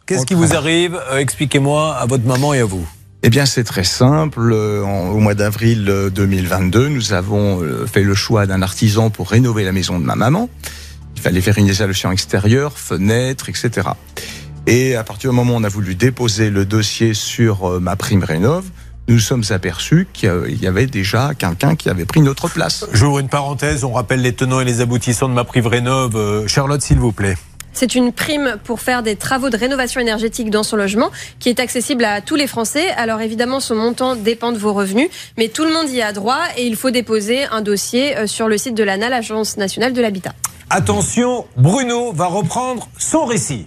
Qu'est-ce qui vous arrive? Expliquez-moi, à votre maman et à vous. Eh bien, c'est très simple. Au mois d'avril 2022, nous avons fait le choix d'un artisan pour rénover la maison de ma maman. Il fallait faire une isolation extérieure, fenêtres, etc. Et à partir du moment où on a voulu déposer le dossier sur ma prime rénov', nous nous sommes aperçus qu'il y avait déjà quelqu'un qui avait pris notre place. J'ouvre une parenthèse, on rappelle les tenants et les aboutissants de ma prime rénov'. Charlotte, s'il vous plaît. C'est une prime pour faire des travaux de rénovation énergétique dans son logement qui est accessible à tous les Français. Alors évidemment, son montant dépend de vos revenus, mais tout le monde y a droit et il faut déposer un dossier sur le site de l'ANA, l'Agence nationale de l'habitat. Attention, Bruno va reprendre son récit.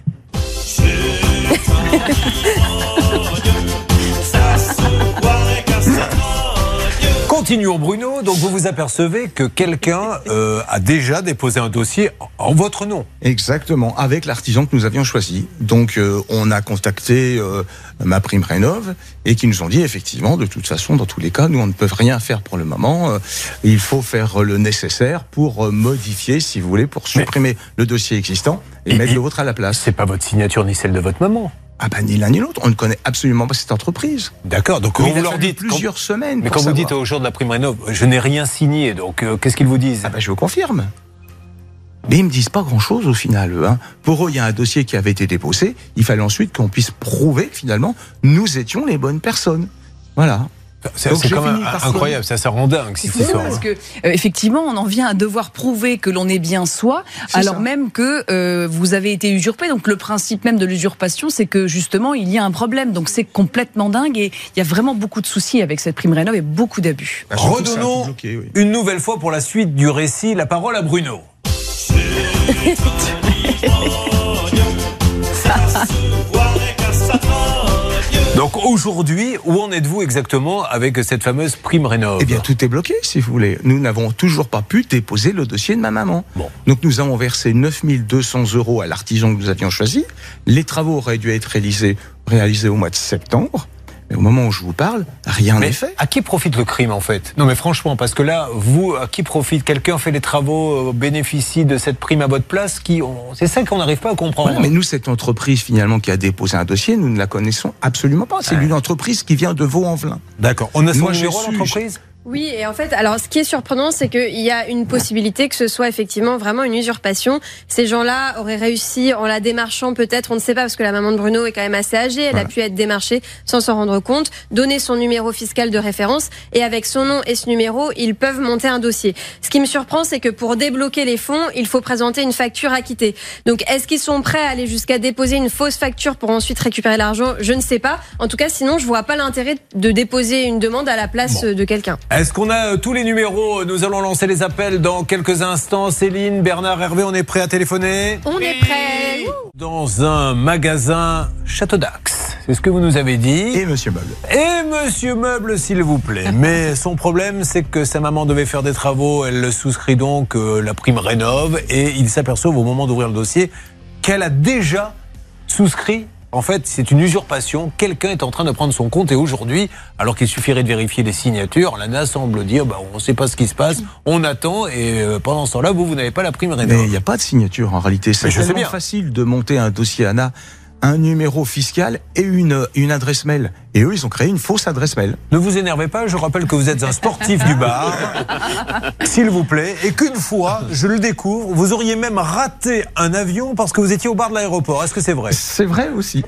Continuons Bruno, donc vous vous apercevez que quelqu'un a déjà déposé un dossier en votre nom. Exactement, avec l'artisan que nous avions choisi. Donc on a contacté ma prime rénov' et qui nous ont dit effectivement, de toute façon, dans tous les cas, nous on ne peut rien faire pour le moment. Il faut faire le nécessaire pour modifier, si vous voulez, pour supprimer le dossier existant et mettre le vôtre à la place. C'est pas votre signature ni celle de votre maman. Ah ben ni l'un ni l'autre, on ne connaît absolument pas cette entreprise. D'accord, donc vous leur dites plusieurs semaines. Mais quand vous dites aux gens de la prime rénov', je n'ai rien signé, donc qu'est-ce qu'ils vous disent? Ah ben je vous confirme. Mais ils me disent pas grand-chose au final. Pour eux, il y a un dossier qui avait été déposé. Il fallait ensuite qu'on puisse prouver que finalement nous étions les bonnes personnes. Voilà. C'est quand même incroyable, ça rend dingue cette histoire. Parce que effectivement, on en vient à devoir prouver que l'on est bien soi, alors même que vous avez été usurpé. Donc le principe même de l'usurpation, c'est que justement il y a un problème. Donc c'est complètement dingue et il y a vraiment beaucoup de soucis avec cette prime rénov' et beaucoup d'abus. Redonnons une nouvelle fois pour la suite du récit la parole à Bruno. Donc aujourd'hui, où en êtes-vous exactement avec cette fameuse prime rénov'? Eh bien tout est bloqué si vous voulez. Nous n'avons toujours pas pu déposer le dossier de ma maman. Bon. Donc nous avons versé 9 200 € à l'artisan que nous avions choisi. Les travaux auraient dû être réalisés au mois de septembre. Mais au moment où je vous parle, rien n'est fait. À qui profite le crime en fait? Non mais franchement, parce que là, vous, à qui profite? Quelqu'un fait les travaux, bénéficie de cette prime à votre place? C'est ça qu'on n'arrive pas à comprendre. Voilà, mais nous, cette entreprise finalement qui a déposé un dossier, nous ne la connaissons absolument pas. C'est une entreprise qui vient de Vaux-en-Velin. D'accord. On a son numéro l'entreprise? Oui, et en fait, alors ce qui est surprenant, c'est qu'il y a une possibilité que ce soit effectivement vraiment une usurpation. Ces gens-là auraient réussi en la démarchant peut-être, on ne sait pas, parce que la maman de Bruno est quand même assez âgée, elle a pu être démarchée sans s'en rendre compte, donner son numéro fiscal de référence, et avec son nom et ce numéro, ils peuvent monter un dossier. Ce qui me surprend, c'est que pour débloquer les fonds, il faut présenter une facture acquittée. Donc, est-ce qu'ils sont prêts à aller jusqu'à déposer une fausse facture pour ensuite récupérer l'argent? Je ne sais pas. En tout cas, sinon, je vois pas l'intérêt de déposer une demande à la place de quelqu'un. Est-ce qu'on a tous les numéros? Nous allons lancer les appels dans quelques instants. Céline, Bernard, Hervé, on est prêts à téléphoner? On est prêts. Dans un magasin Château d'Axe. C'est ce que vous nous avez dit. Et Monsieur Meuble. Et Monsieur Meuble, s'il vous plaît. Mais son problème, c'est que sa maman devait faire des travaux. Elle souscrit donc la prime rénov'. Et il s'aperçoit au moment d'ouvrir le dossier qu'elle a déjà souscrit. En fait, c'est une usurpation. Quelqu'un est en train de prendre son compte et aujourd'hui, alors qu'il suffirait de vérifier les signatures, l'ANA semble dire on ne sait pas ce qui se passe, on attend et pendant ce temps-là, vous n'avez pas la prime rénov'. Mais il n'y a pas de signature en réalité. C'est tellement facile de monter un dossier ANA, un numéro fiscal et une adresse mail. Et eux, ils ont créé une fausse adresse mail. Ne vous énervez pas, je rappelle que vous êtes un sportif du bar, s'il vous plaît, et qu'une fois, je le découvre, vous auriez même raté un avion parce que vous étiez au bar de l'aéroport. Est-ce que c'est vrai? C'est vrai aussi.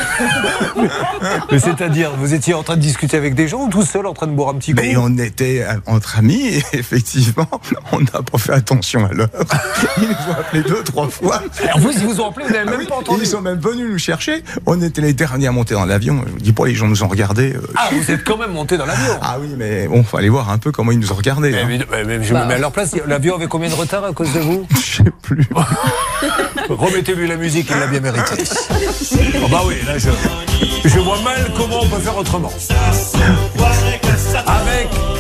Mais c'est-à-dire, vous étiez en train de discuter avec des gens ou tout seul en train de boire un petit coup? Mais on était entre amis et effectivement, on n'a pas fait attention à l'heure. Ils nous ont appelé 2-3 fois. Alors vous, ils vous ont appelé, vous n'avez même pas entendu? Ils sont même venus nous chercher. On était les derniers à monter dans l'avion. Je vous dis pas, les gens nous ont regardés. Vous êtes quand même monté dans l'avion? Ah oui, mais bon, fallait voir un peu comment ils nous ont regardés. Mais je me mets à leur place. L'avion avait combien de retard à cause de vous? Je sais plus. Remettez-lui la musique, il l'a bien mérité. Oh bah oui, là je vois mal comment on peut faire autrement. Avec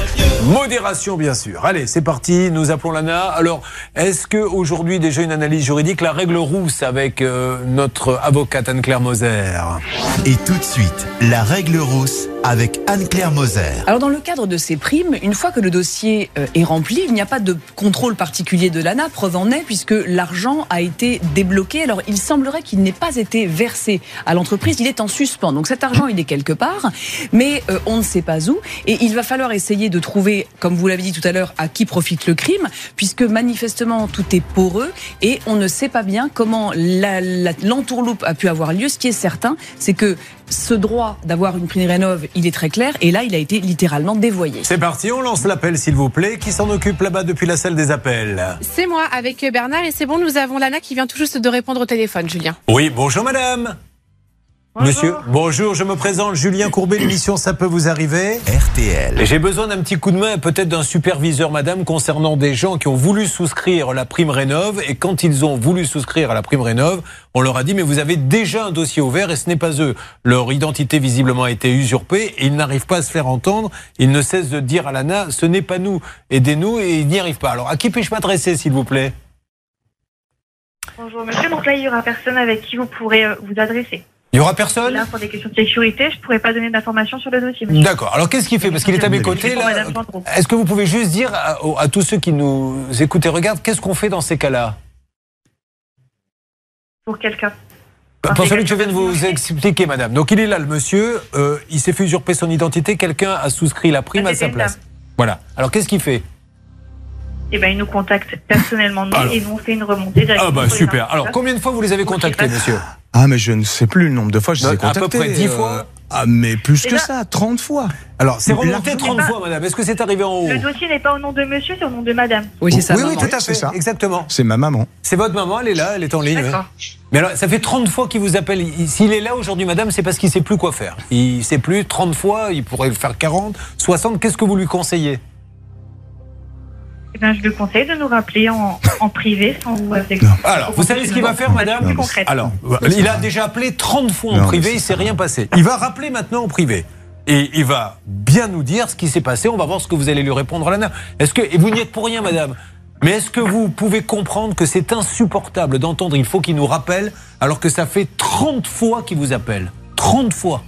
Modération, bien sûr. Allez, c'est parti, nous appelons Lana. Alors, est-ce qu'aujourd'hui, déjà une analyse juridique, la règle rousse avec notre avocate Anne-Claire Moser? Et tout de suite, la règle rousse avec Anne-Claire Moser. Alors dans le cadre de ces primes, une fois que le dossier est rempli, il n'y a pas de contrôle particulier de l'ANA, preuve en est, puisque l'argent a été débloqué. Alors il semblerait qu'il n'ait pas été versé à l'entreprise, il est en suspens. Donc cet argent, il est quelque part, mais on ne sait pas où. Et il va falloir essayer de trouver, comme vous l'avez dit tout à l'heure, à qui profite le crime, puisque manifestement tout est poreux et on ne sait pas bien comment l'entourloupe a pu avoir lieu. Ce qui est certain, c'est que ce droit d'avoir une prime rénov', il est très clair, et là, il a été littéralement dévoyé. C'est parti, on lance l'appel, s'il vous plaît. Qui s'en occupe là-bas depuis la salle des appels? C'est moi, avec Bernard, et c'est bon, nous avons Lana qui vient tout juste de répondre au téléphone, Julien. Oui, bonjour madame. Bonjour. Monsieur, bonjour, je me présente, Julien Courbet, l'émission Ça peut vous arriver. RTL. J'ai besoin d'un petit coup de main, peut-être d'un superviseur, madame, concernant des gens qui ont voulu souscrire la prime rénov', et quand ils ont voulu souscrire à la prime rénov', on leur a dit, mais vous avez déjà un dossier ouvert, et ce n'est pas eux. Leur identité, visiblement, a été usurpée, et ils n'arrivent pas à se faire entendre. Ils ne cessent de dire à l'ANA, ce n'est pas nous, aidez-nous, et ils n'y arrivent pas. Alors, à qui puis-je m'adresser, s'il vous plaît? Bonjour monsieur, donc là il y aura personne avec qui vous pourrez vous adresser. Il n'y aura personne? Là, pour des questions de sécurité, je ne pourrais pas donner d'informations sur le dossier, monsieur. D'accord. Alors, qu'est-ce qu'il fait? Parce qu'il est à mes côtés, là. Est-ce que vous pouvez juste dire à tous ceux qui nous écoutent et regardent, qu'est-ce qu'on fait dans ces cas-là? Pour quelqu'un. Pour celui que je viens de vous expliquer, madame. Donc, il est là, le monsieur. Il s'est fait usurper son identité. Quelqu'un a souscrit la prime à sa place. Voilà. Alors, qu'est-ce qu'il fait? Eh ben, il nous contacte personnellement, nous, et nous, on fait une remontée directement. Ah, bah, super. Alors, combien de fois vous les avez contactés, monsieur? Ah, mais je ne sais plus le nombre de fois que je les ai contactés. À peu près 10 fois? Ah, mais plus que ça, 30 fois. Alors, c'est remonté 30 fois, madame. Est-ce que c'est arrivé en haut? Le dossier n'est pas au nom de monsieur, c'est au nom de madame. Oui, c'est ça. Oui, tout à fait. Ça. Exactement. C'est ma maman. C'est votre maman, elle est là, elle est en ligne. D'accord. Mais alors, ça fait 30 fois qu'il vous appelle. S'il est là aujourd'hui, madame, c'est parce qu'il ne sait plus quoi faire. Il ne sait plus, 30 fois, il pourrait le faire 40, 60. Qu'est-ce que vous lui conseillez? Eh bien, je lui conseille de nous rappeler en privé sans vous avec. Alors, vous savez ce qu'il va faire, madame? Alors, il a déjà appelé 30 fois en privé, il ne s'est rien passé. Il va rappeler maintenant en privé. Et il va bien nous dire ce qui s'est passé. On va voir ce que vous allez lui répondre, Lana. Et vous n'y êtes pour rien, madame. Mais est-ce que vous pouvez comprendre que c'est insupportable d'entendre il faut qu'il nous rappelle alors que ça fait 30 fois qu'il vous appelle? 30 fois.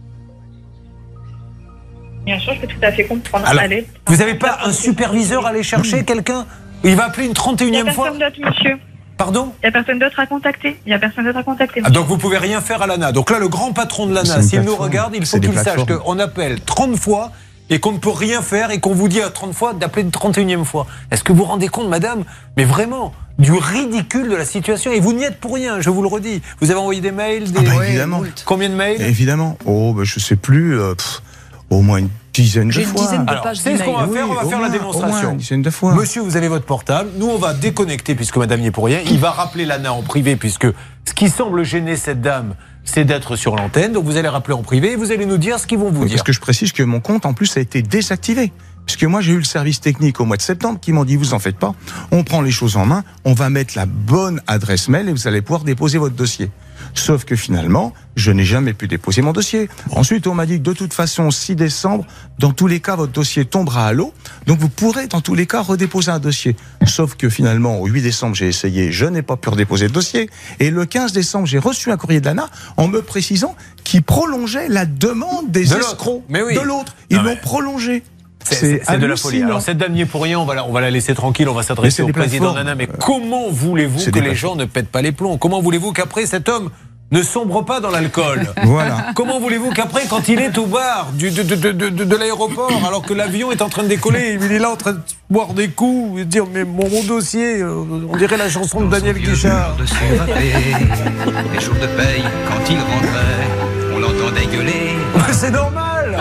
Bien sûr, je peux tout à fait comprendre. Alors, Allez, vous n'avez pas un superviseur à aller chercher, quelqu'un? Il va appeler une 31e fois? Il n'y a personne d'autre, monsieur. Pardon? Il n'y a personne d'autre à contacter. Il n'y a personne d'autre à contacter. Ah, donc vous pouvez rien faire à l'ANA. Donc là, le grand patron de l'ANA, s'il nous regarde, il faut qu'il sache qu'on appelle 30 fois et qu'on ne peut rien faire et qu'on vous dit à 30 fois d'appeler une 31e fois. Est-ce que vous vous rendez compte, madame? Mais vraiment, du ridicule de la situation. Et vous n'y êtes pour rien, je vous le redis. Vous avez envoyé des mails, évidemment. Combien de mails? Évidemment. Oh, je ne sais plus. Au moins une dizaine de fois. Alors, c'est ce qu'on va faire, on va faire la démonstration. Une dizaine de fois. Monsieur, vous avez votre portable. Nous, on va déconnecter puisque madame n'y est pour rien. Il va rappeler l'ANA en privé puisque ce qui semble gêner cette dame, c'est d'être sur l'antenne. Donc, vous allez rappeler en privé et vous allez nous dire ce qu'ils vont vous dire. Parce que je précise que mon compte, en plus, a été désactivé. Puisque moi, j'ai eu le service technique au mois de septembre qui m'ont dit, vous en faites pas, on prend les choses en main, on va mettre la bonne adresse mail et vous allez pouvoir déposer votre dossier. Sauf que finalement, je n'ai jamais pu déposer mon dossier. Ensuite, on m'a dit que de toute façon, 6 décembre, dans tous les cas, votre dossier tombera à l'eau. Donc, vous pourrez, dans tous les cas, redéposer un dossier. Sauf que finalement, au 8 décembre, j'ai essayé, je n'ai pas pu redéposer le dossier. Et le 15 décembre, j'ai reçu un courrier de l'ANA en me précisant qu'il prolongeait la demande des escrocs de l'autre. Ils l'ont prolongé. C'est de la folie. Alors cette dame n'y est pour rien, on va la laisser tranquille, on va s'adresser au président d'ANA. Mais comment voulez-vous que les gens ne pètent pas les plombs? Comment voulez-vous qu'après cet homme ne sombre pas dans l'alcool? Voilà. Comment voulez-vous qu'après, quand il est au bar de l'aéroport, alors que l'avion est en train de décoller, il est là en train de boire des coups et dire mais mon dossier, on dirait la chanson de Daniel Guichard. Les jours de paye, quand il rentrait, on l'entendait gueuler. C'est normal.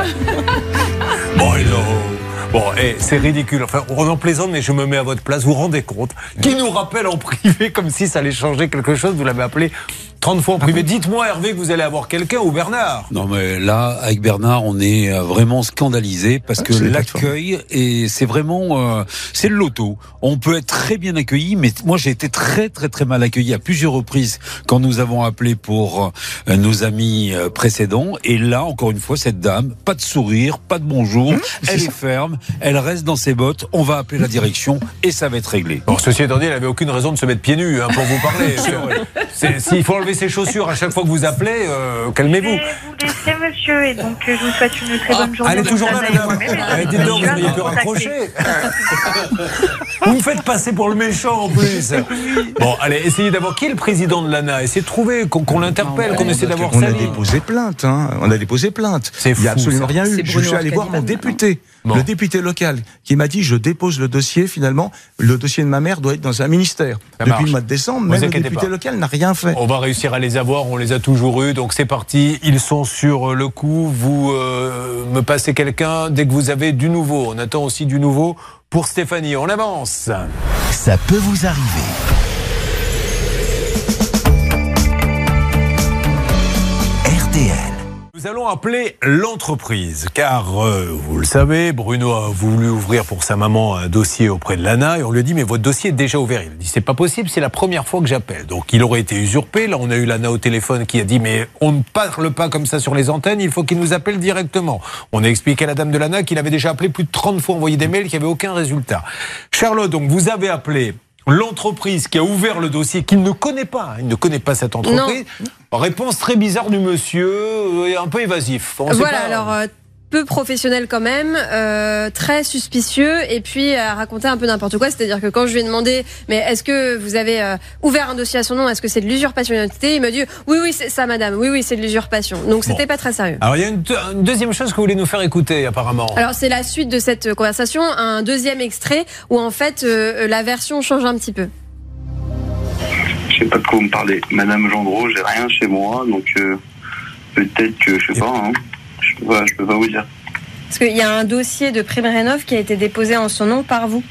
Bon, c'est ridicule. Enfin, on en plaisante, mais je me mets à votre place. Vous vous rendez compte? Qui nous rappelle en privé comme si ça allait changer quelque chose? Vous l'avez appelé 30 fois en privé. Dites-moi, Hervé, que vous allez avoir quelqu'un ou Bernard. Non, mais là, avec Bernard, on est vraiment scandalisé parce que l'accueil, et c'est vraiment, c'est le loto. On peut être très bien accueilli, mais moi, j'ai été très, très, très mal accueilli à plusieurs reprises quand nous avons appelé pour nos amis précédents. Et là, encore une fois, cette dame, pas de sourire, pas de bonjour, elle est ferme, elle reste dans ses bottes, on va appeler la direction et ça va être réglé. Bon, ceci étant dit, elle n'avait aucune raison de se mettre pieds nus pour vous parler. S'il faut enlever ses chaussures à chaque fois que vous appelez, calmez-vous. Je vais vous laisser, monsieur, et donc je vous souhaite une très bonne journée. Elle est toujours là, madame. Dites donc, vous n'auriez pu raccrocher. Vous me faites passer pour le méchant en plus. Bon, allez, essayez d'avoir qui est le président de l'ANA. Essayez de trouver, qu'on l'interpelle, qu'on essaie d'avoir ça. On a déposé plainte, On a déposé plainte. Il n'y a absolument rien eu. Je suis allé voir mon député, le député local, qui m'a dit je dépose le dossier. Finalement, le dossier de ma mère doit être dans un ministère. Depuis le mois de décembre, même le député local n'a rien fait. On va réussir à les avoir, on les a toujours eus. Donc c'est parti, ils sont sur le coup. Vous me passez quelqu'un dès que vous avez du nouveau. On attend aussi du nouveau pour Stéphanie. On avance. Ça peut vous arriver. RTL. Nous allons appeler l'entreprise, car vous le savez, Bruno a voulu ouvrir pour sa maman un dossier auprès de l'ANA et on lui a dit mais votre dossier est déjà ouvert. Il a dit c'est pas possible, c'est la première fois que j'appelle. Donc il aurait été usurpé. Là on a eu l'ANA au téléphone qui a dit mais on ne parle pas comme ça sur les antennes, il faut qu'il nous appelle directement. On a expliqué à la dame de l'ANA qu'il avait déjà appelé plus de 30 fois, envoyé des mails, qu'il n'y avait aucun résultat. Charlotte, donc vous avez appelé l'entreprise qui a ouvert le dossier, qu'il ne connaît pas. Il ne connaît pas cette entreprise. Non. Réponse très bizarre du monsieur, et un peu évasif. Alors peu professionnel quand même, très suspicieux, et puis raconter un peu n'importe quoi. C'est-à-dire que quand je lui ai demandé, mais est-ce que vous avez ouvert un dossier à son nom, est-ce que c'est de l'usurpation d'identité, il m'a dit oui c'est ça madame, oui c'est de l'usurpation. Donc c'était pas très sérieux. Alors il y a une deuxième chose que vous voulez nous faire écouter apparemment. Alors c'est la suite de cette conversation, un deuxième extrait où en fait la version change un petit peu. Je sais pas de quoi vous me parlez. Madame Gendreau, j'ai rien chez moi, donc peut-être que, je sais pas, je peux pas vous dire. Parce qu'il y a un dossier de prime rénov qui a été déposé en son nom par vous.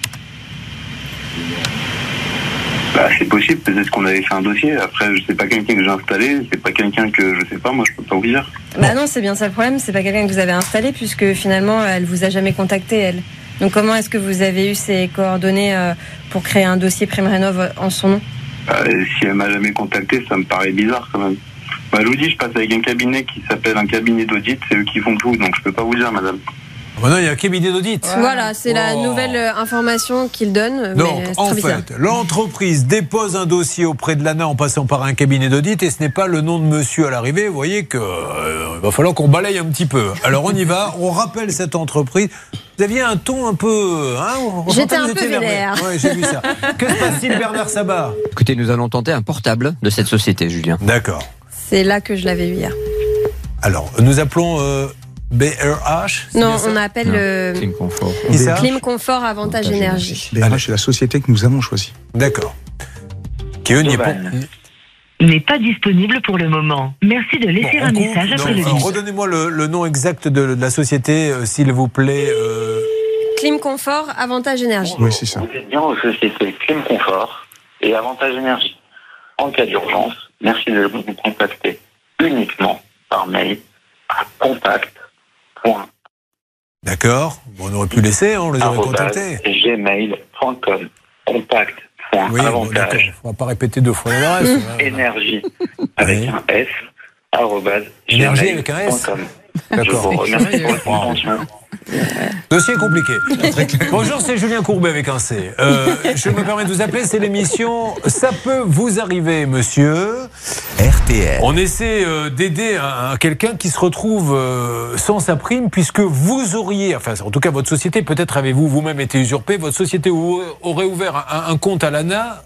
Bah, c'est possible, peut-être qu'on avait fait un dossier. Après, c'est pas quelqu'un que j'ai installé, c'est pas quelqu'un que, je sais pas, moi je peux pas vous dire. Bah non, c'est bien ça le problème, c'est pas quelqu'un que vous avez installé, puisque finalement elle vous a jamais contacté, elle. Donc comment est-ce que vous avez eu ces coordonnées pour créer un dossier prime rénov en son nom? Si elle m'a jamais contacté, ça me paraît bizarre quand même. Bah, je vous dis, je passe avec un cabinet qui s'appelle un cabinet d'audit, c'est eux qui font tout, donc je peux pas vous dire, madame. Oh non, il y a un cabinet d'audit. Voilà, c'est la nouvelle information qu'il donne. Donc, en fait, l'entreprise dépose un dossier auprès de l'ANA en passant par un cabinet d'audit et ce n'est pas le nom de monsieur à l'arrivée. Vous voyez que va falloir qu'on balaye un petit peu. Alors, on y va. On rappelle cette entreprise. Vous aviez un ton un peu... J'étais un peu vénère. Oui, j'ai vu ça. Que se passe-t-il, Bernard Sabat? Écoutez, nous allons tenter un portable de cette société, Julien. D'accord. C'est là que je l'avais eu hier. Alors, nous appelons... BRH? Non, on appelle Clim Confort. Clim Confort Avantage Énergie. BRH, c'est la société que nous avons choisie. D'accord. Qui eux n'est pas disponible pour le moment. Merci de laisser un message après le bip. Redonnez-moi le nom exact de la société, s'il vous plaît. Clim Confort Avantage Énergie. Oui, c'est ça. Vous êtes bien aux sociétés Clim Confort et Avantage Énergie. En cas d'urgence, merci de vous contacter uniquement par mail à contact. D'accord. Bon, on aurait pu laisser, on les aurait contactés. gmail.com. Contact. Oui, bon, d'accord. On va pas répéter deux fois l'adresse. Énergie avec un S. Énergie avec un S. Je vous remercie pour votre attention. Dossier compliqué. Bonjour, c'est Julien Courbet avec un C. Je me permets de vous appeler, c'est l'émission Ça peut vous arriver, monsieur. RTL. On essaie d'aider quelqu'un qui se retrouve sans sa prime, puisque vous auriez, enfin en tout cas votre société, peut-être avez-vous vous-même été usurpé, votre société aurait ouvert un compte à l'ANA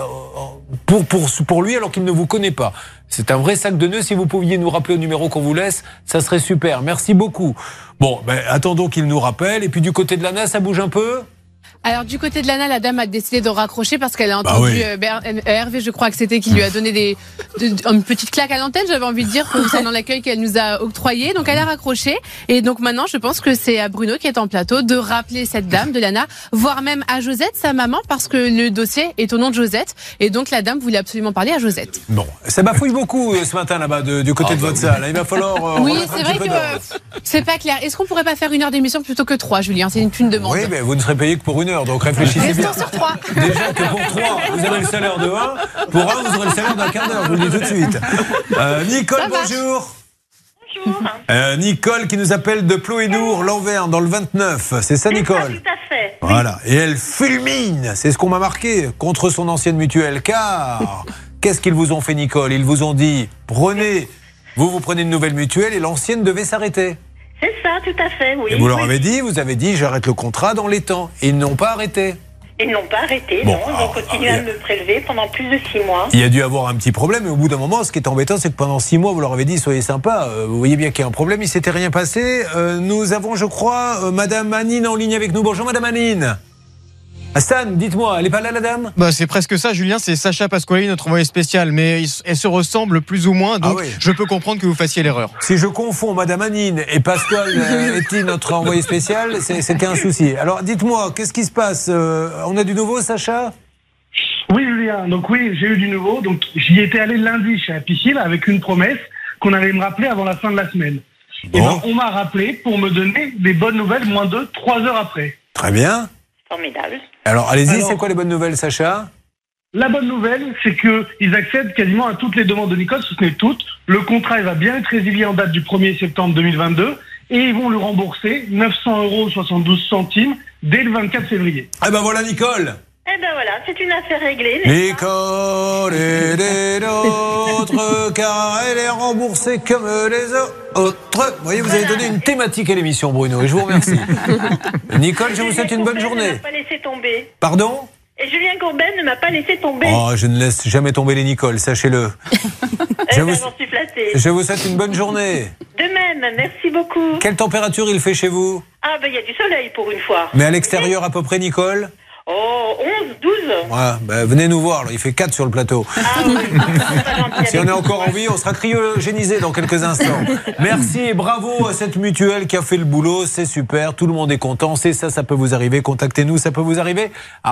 pour lui alors qu'il ne vous connaît pas. C'est un vrai sac de nœuds. Si vous pouviez nous rappeler au numéro qu'on vous laisse, ça serait super. Merci beaucoup. Bon, attendons qu'il nous rappelle. Et puis du côté de l'ANA, ça bouge un peu ? Alors du côté de Lana, la dame a décidé de raccrocher parce qu'elle a entendu Hervé, je crois que c'était qui lui a donné une petite claque à l'antenne, j'avais envie de dire, concernant l'accueil qu'elle nous a octroyé. Donc elle a raccroché et donc maintenant je pense que c'est à Bruno qui est en plateau de rappeler cette dame de Lana, voire même à Josette, sa maman, parce que le dossier est au nom de Josette et donc la dame voulait absolument parler à Josette. Bon, ça bafouille beaucoup ce matin là-bas du côté de votre salle. Il va falloir... oui, c'est vrai que c'est pas clair. Est-ce qu'on pourrait pas faire 1 heure d'émission plutôt que 3, Julien? C'est une demande. Oui, mais vous ne serez payé que pour 1 heure, donc réfléchissez bien. Sur 3. Déjà que pour 3, vous avez le salaire de 1. Pour 1, vous aurez le salaire d'un quart d'heure, je vous le dis tout de suite. Nicole, bonjour. Bonjour. Nicole qui nous appelle de Ploénour, l'Anvers, dans le 29. C'est ça, Nicole? Ça, tout à fait. Voilà. Et elle fulmine, c'est ce qu'on m'a marqué, contre son ancienne mutuelle. Car, qu'est-ce qu'ils vous ont fait, Nicole? Ils vous ont dit, vous prenez une nouvelle mutuelle et l'ancienne devait s'arrêter. C'est ça, tout à fait, oui. Et vous leur avez dit, j'arrête le contrat dans les temps. Et ils n'ont pas arrêté. Ils n'ont pas arrêté, non. Ils ont continué à me prélever pendant plus de 6 mois. Il y a dû avoir un petit problème, et au bout d'un moment, ce qui est embêtant, c'est que pendant 6 mois, vous leur avez dit, soyez sympa. Vous voyez bien qu'il y a un problème, il ne s'était rien passé. Nous avons, je crois, Madame Anine en ligne avec nous. Bonjour, Madame Anine. Hassan, dites-moi, elle n'est pas là, la dame? C'est presque ça, Julien, c'est Sacha Pasquale, notre envoyé spécial, mais elle se ressemble plus ou moins, donc je peux comprendre que vous fassiez l'erreur. Si je confonds Madame Anine et Pasquale Etty, notre envoyé spécial, c'est qu'il y a un souci. Alors dites-moi, qu'est-ce qui se passe? On a du nouveau, Sacha? Oui, Julien, donc oui, j'ai eu du nouveau, donc j'y étais allé lundi chez Apicil avec une promesse qu'on allait me rappeler avant la fin de la semaine. Bon. Et on m'a rappelé pour me donner des bonnes nouvelles moins de 3 heures après. Très bien. Formidable. Alors, allez-y, c'est quoi les bonnes nouvelles, Sacha? La bonne nouvelle, c'est qu'ils accèdent quasiment à toutes les demandes de Nicole, ce n'est toutes. Le contrat, il va bien être résilié en date du 1er septembre 2022 et ils vont lui rembourser 900,72 € dès le 24 février. Eh ben voilà, Nicole. Eh ben voilà, c'est une affaire réglée. Nicole est des nôtres, car elle est remboursée comme les autres. Vous voyez, vous avez donné une thématique à l'émission, Bruno, et je vous remercie. Nicole, je vous souhaite une bonne journée. Ne m'a pas laissé tomber. Pardon? Et Julien Courbet ne m'a pas laissé tomber. Oh, je ne laisse jamais tomber les Nicole, sachez-le. J'en suis flattée. Je vous souhaite une bonne journée. De même, merci beaucoup. Quelle température il fait chez vous? Ah, il y a du soleil pour une fois. Mais à l'extérieur à peu près, Nicole? Oh, 11, 12. Ouais, venez nous voir, il fait 4 sur le plateau. Ah oui. Si on est encore en vie, on sera cryogénisé dans quelques instants. Merci et bravo à cette mutuelle qui a fait le boulot, c'est super, tout le monde est content, c'est ça, ça peut vous arriver, contactez-nous, ça peut vous arriver,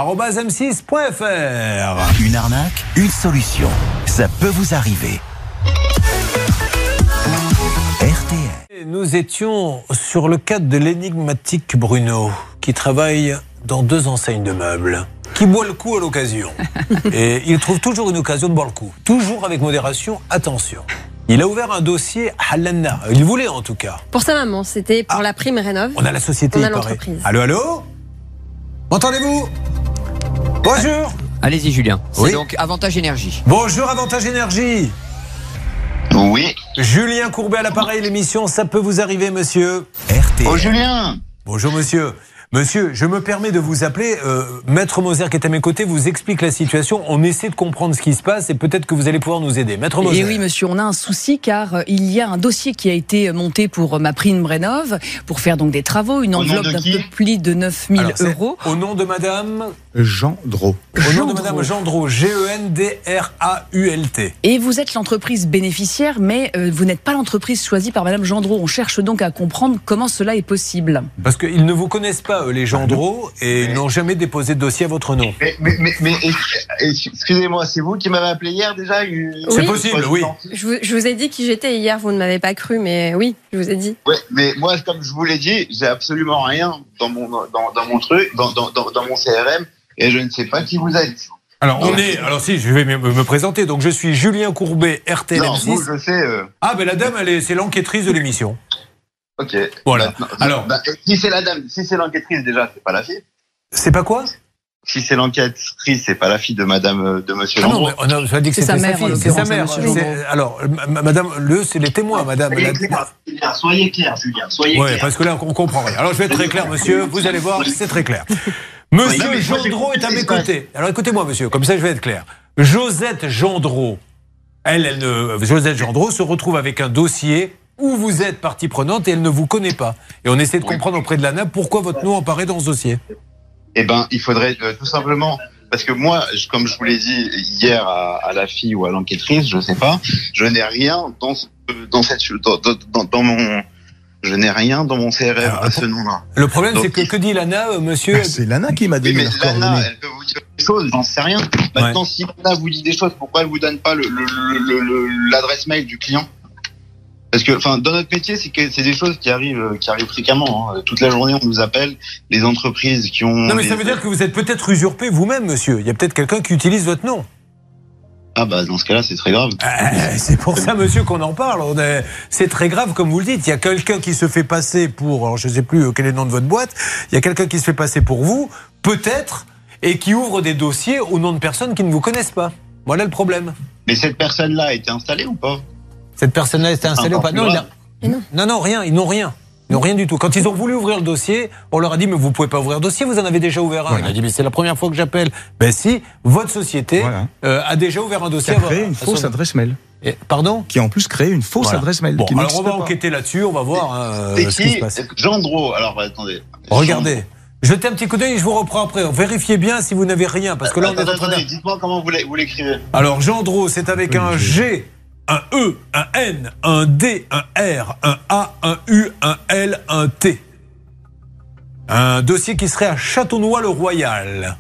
@m6.fr. Une arnaque, une solution, ça peut vous arriver. RTL. Nous étions sur le cadre de l'énigmatique Bruno, qui travaille dans 2 enseignes de meubles, qui boit le coup à l'occasion. Et il trouve toujours une occasion de boire le coup. Toujours avec modération, attention. Il a ouvert un dossier à Lana. Il voulait en tout cas. Pour sa maman, c'était pour la prime rénov'. On a la société, on a il paraît. l'entreprise. Allô? M'entendez-vous? Bonjour. Allez-y, Julien. C'est Oui. donc Avantage Énergie. Bonjour, Avantage Énergie. Oui. Julien Courbet à l'appareil, l'émission Ça peut vous arriver, monsieur. RTL. Oh, Julien. Bonjour, monsieur. Monsieur, je me permets de vous appeler. Maître Moser, qui est à mes côtés, vous explique la situation. On essaie de comprendre ce qui se passe et peut-être que vous allez pouvoir nous aider. Maître Moser. Et oui, monsieur, on a un souci car il y a un dossier qui a été monté pour ma prime rénov, pour faire donc des travaux, une enveloppe d'un peu plus de 9 000 €. Au nom de madame Gendreau. Au nom de madame Gendreau, Gendrault. Et vous êtes l'entreprise bénéficiaire, mais vous n'êtes pas l'entreprise choisie par madame Gendreau. On cherche donc à comprendre comment cela est possible. Parce qu'ils ne vous connaissent pas, les Gendreau, et ils n'ont jamais déposé de dossier à votre nom. Mais excusez-moi, c'est vous qui m'avez appelé hier déjà? C'est possible, oui. Je vous ai dit qui j'étais hier, vous ne m'avez pas cru, mais oui, je vous ai dit. Ouais, mais moi, comme je vous l'ai dit, j'ai absolument rien dans mon truc, dans mon CRM, et je ne sais pas qui vous êtes. Alors si, je vais me présenter. Donc je suis Julien Courbet, RTL6. Non, je sais. Ah, ben la dame, c'est l'enquêtrice de l'émission. Ok. Voilà. Alors, si c'est la dame, si c'est l'enquêtrice déjà, c'est pas la fille. C'est pas quoi? Si c'est l'enquêtrice, c'est pas la fille de madame, de monsieur Gendreau. Non, on a dit que c'était sa mère. C'est sa mère. Alors, madame, c'est les témoins, madame. Soyez clair, Julien. Soyez clair. Oui, parce que là, on comprend rien. Alors, je vais être très clair, monsieur. Vous allez voir, c'est très clair. Monsieur Gendreau est à mes côtés. Alors, écoutez-moi, monsieur, comme ça, je vais être clair. Josette Gendreau, Josette Gendreau se retrouve avec un dossier où vous êtes partie prenante et elle ne vous connaît pas. Et on essaie de comprendre auprès de l'ANA pourquoi votre nom apparaît dans ce dossier. eh ben, il faudrait tout simplement, parce que moi, comme je vous l'ai dit hier à la fille ou à l'enquêtrice, je sais pas, je n'ai rien je n'ai rien dans mon CRF à ce nom-là. Le problème, c'est que dit Lana, monsieur? C'est Lana qui m'a donné. Oui, mais Lana, elle peut vous dire des choses, j'en sais rien. Maintenant, si Lana vous dit des choses, pourquoi elle vous donne pas l'adresse mail du client? Parce que, enfin, dans notre métier, c'est des choses qui arrivent fréquemment. Hein. Toute la journée, on nous appelle les entreprises qui ont. Non, mais ça veut dire que vous êtes peut-être usurpé vous-même, monsieur. Il y a peut-être quelqu'un qui utilise votre nom. Ah bah dans ce cas-là, c'est très grave. C'est pour ça, monsieur, qu'on en parle. C'est très grave, comme vous le dites. Il y a quelqu'un qui se fait passer pour, alors je ne sais plus quel est le nom de votre boîte, il y a quelqu'un qui se fait passer pour vous, peut-être, et qui ouvre des dossiers au nom de personnes qui ne vous connaissent pas. Voilà le problème. Mais cette personne-là a été installée ou pas? Cette personne-là a été installée ou pas? Non, rien, ils n'ont rien. Ils n'ont rien du tout. Quand ils ont voulu ouvrir le dossier, on leur a dit, mais vous ne pouvez pas ouvrir le dossier, vous en avez déjà ouvert un. Voilà. Il a dit, mais c'est la première fois que j'appelle. Ben si, votre société a déjà ouvert un dossier. Qui a créé une fausse adresse mail. Pardon? Qui a en plus créé une fausse adresse mail. Bon, alors on va enquêter là-dessus, on va voir ce qui se passe. Gendreau, alors attendez. Regardez. Jetez un petit coup d'œil et je vous reprends après. Vérifiez bien si vous n'avez rien, parce que là on est en train de... Dites-moi comment vous l'écrivez. Alors Gendreau, c'est avec un G, un E, un N, un D, un R, un A, un U, un L, un T. Un dossier qui serait à Châteaunois-le-Royal.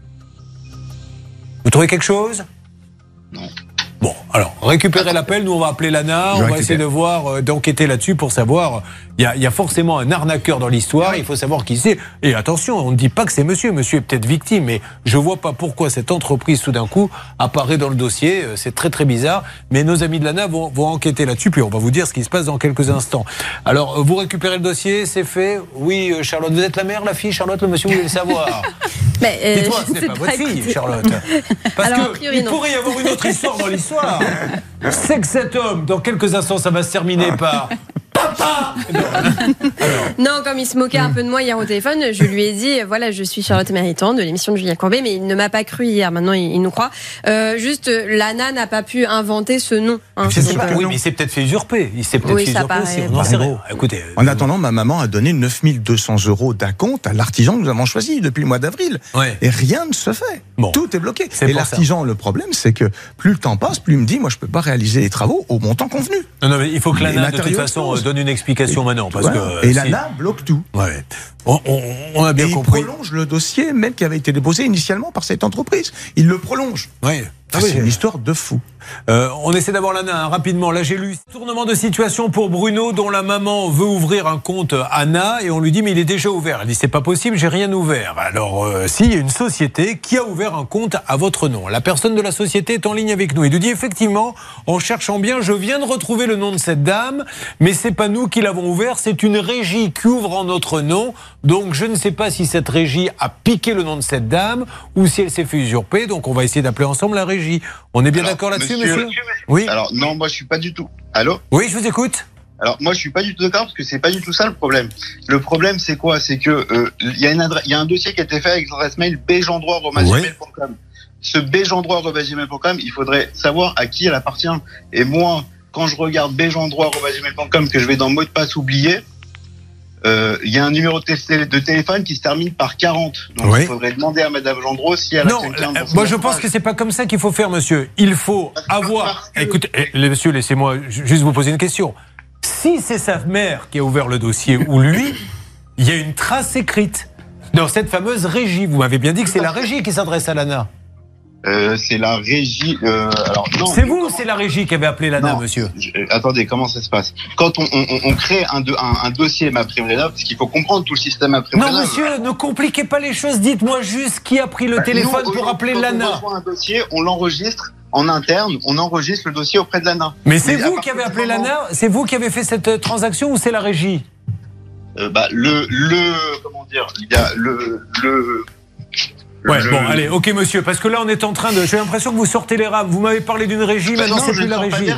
Vous trouvez quelque chose? Non. Bon, alors, récupérez l'appel, nous on va appeler Lana, on va essayer de voir, d'enquêter là-dessus pour savoir, il y a forcément un arnaqueur dans l'histoire, il faut savoir qui c'est. Et attention, on ne dit pas que c'est monsieur est peut-être victime, mais je vois pas pourquoi cette entreprise tout d'un coup apparaît dans le dossier, c'est très très bizarre, mais nos amis de Lana vont enquêter là-dessus, puis on va vous dire ce qui se passe dans quelques instants. Alors, vous récupérez le dossier, c'est fait? Oui, Charlotte, vous êtes la mère, la fille, Charlotte, le monsieur, vous voulez le savoir? Dites-moi, ce n'est pas votre fille, Charlotte. Parce qu'il pourrait y avoir une autre histoire dans l'histoire. C'est que cet homme, dans quelques instants, ça va se terminer par papa. Non, comme il se moquait un peu de moi hier au téléphone, je lui ai dit, voilà, je suis Charlotte Méritant de l'émission de Julien Courbet, mais il ne m'a pas cru hier. Maintenant, il nous croit. Juste, Lana n'a pas pu inventer ce nom. Hein, oui, mais il s'est peut-être fait usurper. Il s'est peut-être fait usurper aussi. On n'en sait rien. Écoutez, en attendant, ma maman a donné 9200 € d'acompte à l'artisan que nous avons choisi depuis le mois d'avril. Ouais. Et rien ne se fait. Bon. Tout est bloqué. Et l'artisan, le problème, c'est que plus le temps passe, plus il me dit, moi, je peux pas réaliser les travaux au montant convenu. Non, mais il faut que Lana, de toute façon, donne une explication maintenant. Parce que, et Lana bloque tout. Ouais. On a bien compris. Il prolonge le dossier, même qui avait été déposé initialement par cette entreprise. Il le prolonge. Oui. C'est une histoire de fou. On essaie d'avoir Lana rapidement. Là, j'ai lu tournement de situation pour Bruno, dont la maman veut ouvrir un compte Anna, et on lui dit mais il est déjà ouvert. Elle dit c'est pas possible, j'ai rien ouvert. Alors si, il y a une société qui a ouvert un compte à votre nom. La personne de la société est en ligne avec nous. Il nous dit effectivement, en cherchant bien, je viens de retrouver le nom de cette dame, mais c'est pas nous qui l'avons ouvert, c'est une régie qui ouvre en notre nom. Donc je ne sais pas si cette régie a piqué le nom de cette dame ou si elle s'est fait usurper. Donc on va essayer d'appeler ensemble la régie. On est bien d'accord là-dessus, monsieur? Oui. Alors non, moi je suis pas du tout. Allô? Oui, je vous écoute. Alors moi je suis pas du tout d'accord parce que c'est pas du tout ça le problème. Le problème c'est quoi? C'est que il y a un dossier qui a été fait avec l'adresse mail bgendroit@gmail.com. Ce bgendroit@gmail.com, il faudrait savoir à qui elle appartient. Et moi, quand je regarde bgendroit@gmail.com, que je vais dans mot de passe oublié, il y a un numéro de téléphone qui se termine par 40. Donc il faudrait demander à Madame Gendreau si elle a quelqu'un dans son moi je pense que c'est pas comme ça qu'il faut faire, monsieur. Il faut avoir... Écoutez, monsieur, laissez-moi juste vous poser une question. Si c'est sa mère qui a ouvert le dossier ou lui, il y a une trace écrite dans cette fameuse régie. Vous m'avez bien dit que c'est la régie qui s'adresse à Lana. C'est la régie. Alors non. C'est vous ou c'est la régie qui avait appelé Lana, monsieur? Attendez, comment ça se passe? Quand on crée un dossier MaPrimeRénov', parce qu'il faut comprendre tout le système MaPrimeRénov'. Non, monsieur, ne compliquez pas les choses. Dites-moi juste qui a pris le téléphone pour appeler Lana. Quand on reçoit un dossier, on l'enregistre en interne. On enregistre le dossier auprès de Lana. Mais c'est vous qui avez appelé Lana? C'est vous qui avez fait cette transaction ou c'est la régie? Comment dire? Il y a allez, ok monsieur, parce que là on est en train de... J'ai l'impression que vous sortez les rames. Vous m'avez parlé d'une régie, maintenant c'est plus la régie.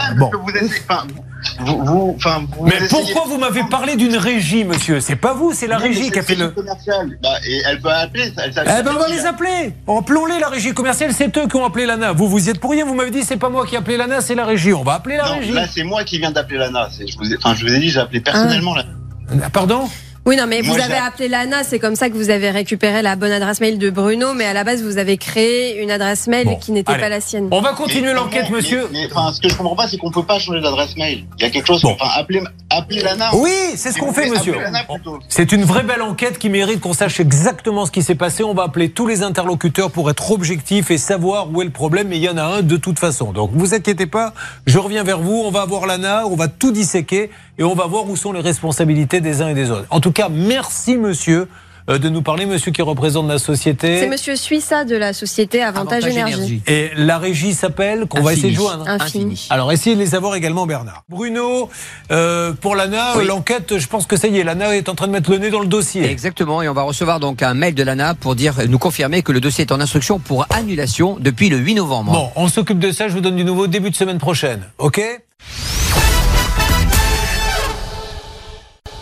Mais pourquoi vous m'avez parlé d'une régie, monsieur? C'est pas vous, c'est la régie qui a fait le... Et elle peut appeler. On va les appeler. Appelons-les, la régie commerciale, c'est eux qui ont appelé Lana. Vous y êtes pour rien, vous m'avez dit c'est pas moi qui ai appelé Lana, c'est la régie. On va appeler la régie. Là c'est moi qui viens d'appeler Lana. Je vous ai dit, j'ai appelé personnellement Lana. Pardon? Oui, non, mais vous avez appelé l'ANA, c'est comme ça que vous avez récupéré la bonne adresse mail de Bruno, mais à la base, vous avez créé une adresse mail qui n'était pas la sienne. On va continuer l'enquête, monsieur. Ce que je comprends pas, c'est qu'on peut pas changer d'adresse mail. Il y a quelque chose, appelez l'ANA. Oui, c'est ce qu'on fait, monsieur. C'est une vraie belle enquête qui mérite qu'on sache exactement ce qui s'est passé. On va appeler tous les interlocuteurs pour être objectifs et savoir où est le problème, mais il y en a un de toute façon. Donc, vous inquiétez pas, je reviens vers vous, on va voir l'ANA, on va tout disséquer et on va voir où sont les responsabilités des uns et des autres. En tout cas, merci monsieur de nous parler, monsieur qui représente la société. C'est monsieur Suissa de la société Avantage Énergie. Et la régie s'appelle, qu'on va essayer de joindre. Infini. Alors, essayez de les avoir également, Bernard. Bruno, pour l'ANA, l'enquête, je pense que ça y est, l'ANA est en train de mettre le nez dans le dossier. Exactement, et on va recevoir donc un mail de l'ANA pour nous confirmer que le dossier est en instruction pour annulation depuis le 8 novembre. Bon, on s'occupe de ça, je vous donne du nouveau début de semaine prochaine, ok ?